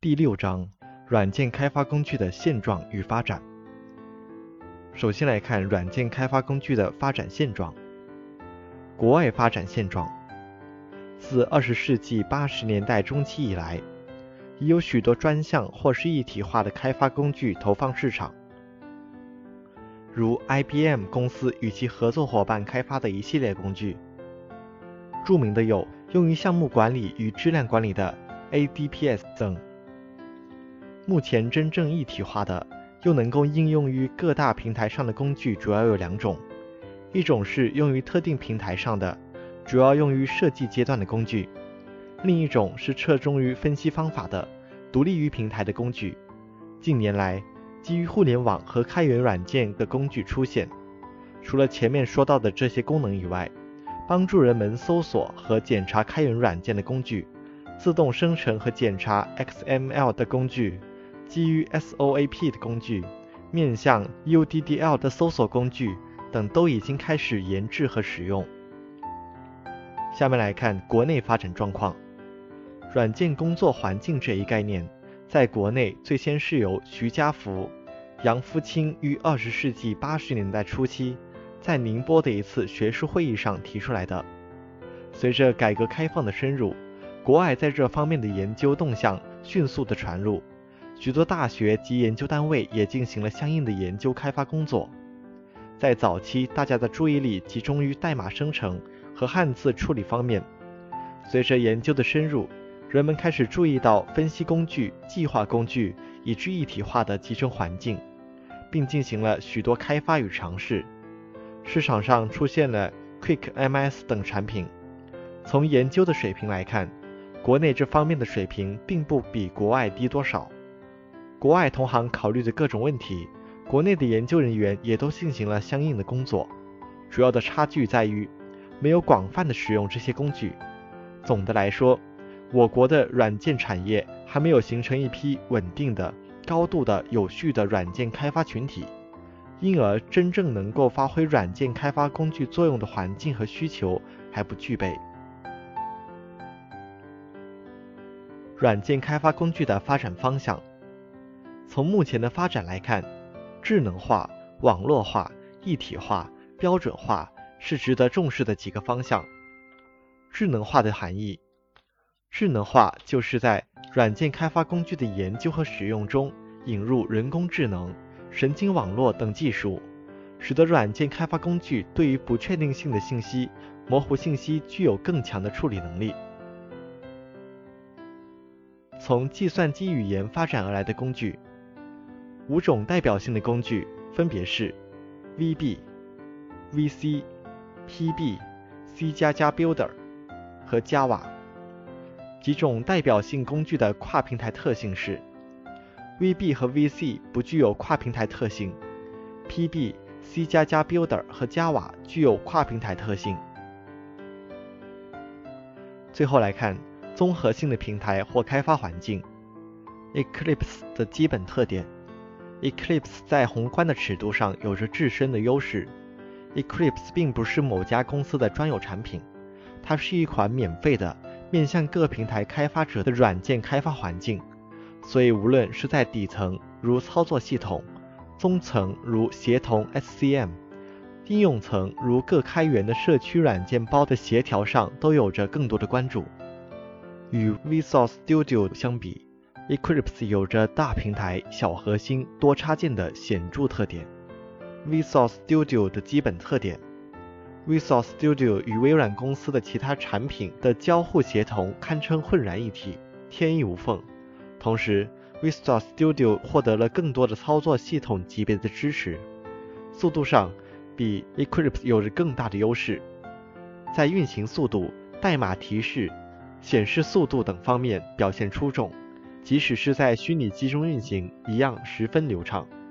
第6章软件开发工具的现状与发展。首先来看软件开发工具的发展现状。国外发展现状。自20世纪80年代中期以来，已有许多专项或是一体化的开发工具投放市场，如 IBM 公司与其合作伙伴开发的一系列工具。著名的有用于项目管理与质量管理的 ADPS 等。目前真正一体化的又能够应用于各大平台上的工具主要有2种，一种是用于特定平台上的，主要用于设计阶段的工具，另一种是侧重于分析方法的，独立于平台的工具。近年来，基于互联网和开源软件的工具出现，除了前面说到的这些功能以外，帮助人们搜索和检查开源软件的工具，自动生成和检查 XML 的工具，基于 SOAP 的工具，面向 UDDL 的搜索工具等都已经开始研制和使用。下面来看国内发展状况。软件工作环境这一概念，在国内最先是由徐家福、杨夫清于20世纪80年代初期在宁波的一次学术会议上提出来的。随着改革开放的深入，国外在这方面的研究动向迅速地传入，许多大学及研究单位也进行了相应的研究开发工作。在早期，大家的注意力集中于代码生成和汉字处理方面。随着研究的深入，人们开始注意到分析工具、计划工具以至一体化的集成环境，并进行了许多开发与尝试。市场上出现了 QuickMS 等产品。从研究的水平来看，国内这方面的水平并不比国外低多少。国外同行考虑的各种问题，国内的研究人员也都进行了相应的工作，主要的差距在于没有广泛的使用这些工具。总的来说，我国的软件产业还没有形成一批稳定的、高度的、有序的软件开发群体，因而真正能够发挥软件开发工具作用的环境和需求还不具备。软件开发工具的发展方向。从目前的发展来看，智能化、网络化、一体化、标准化是值得重视的几个方向。智能化的含义。智能化就是在软件开发工具的研究和使用中引入人工智能、神经网络等技术，使得软件开发工具对于不确定性的信息、模糊信息具有更强的处理能力。从计算机语言发展而来的工具，5种代表性的工具分别是 VB、VC、PB、C++Builder 和 Java。几种代表性工具的跨平台特性是 VB 和 VC 不具有跨平台特性， PB、C++Builder 和 Java 具有跨平台特性。最后来看综合性的平台或开发环境。 Eclipse 的基本特点。 Eclipse 在宏观的尺度上有着自身的优势。 Eclipse 并不是某家公司的专有产品，它是一款免费的面向各平台开发者的软件开发环境，所以无论是在底层如操作系统，中层如协同 SCM， 应用层如各开源的社区软件包的协调上都有着更多的关注。与 Visual Studio 相比， Eclipse 有着大平台、小核心、多插件的显著特点。Visual Studio 的基本特点。Visual Studio 与微软公司的其他产品的交互协同堪称浑然一体，天衣无缝。同时 Visual Studio 获得了更多的操作系统级别的支持，速度上比 Eclipse 有着更大的优势，在运行速度、代码提示、显示速度等方面表现出众，即使是在虚拟机中运行一样十分流畅。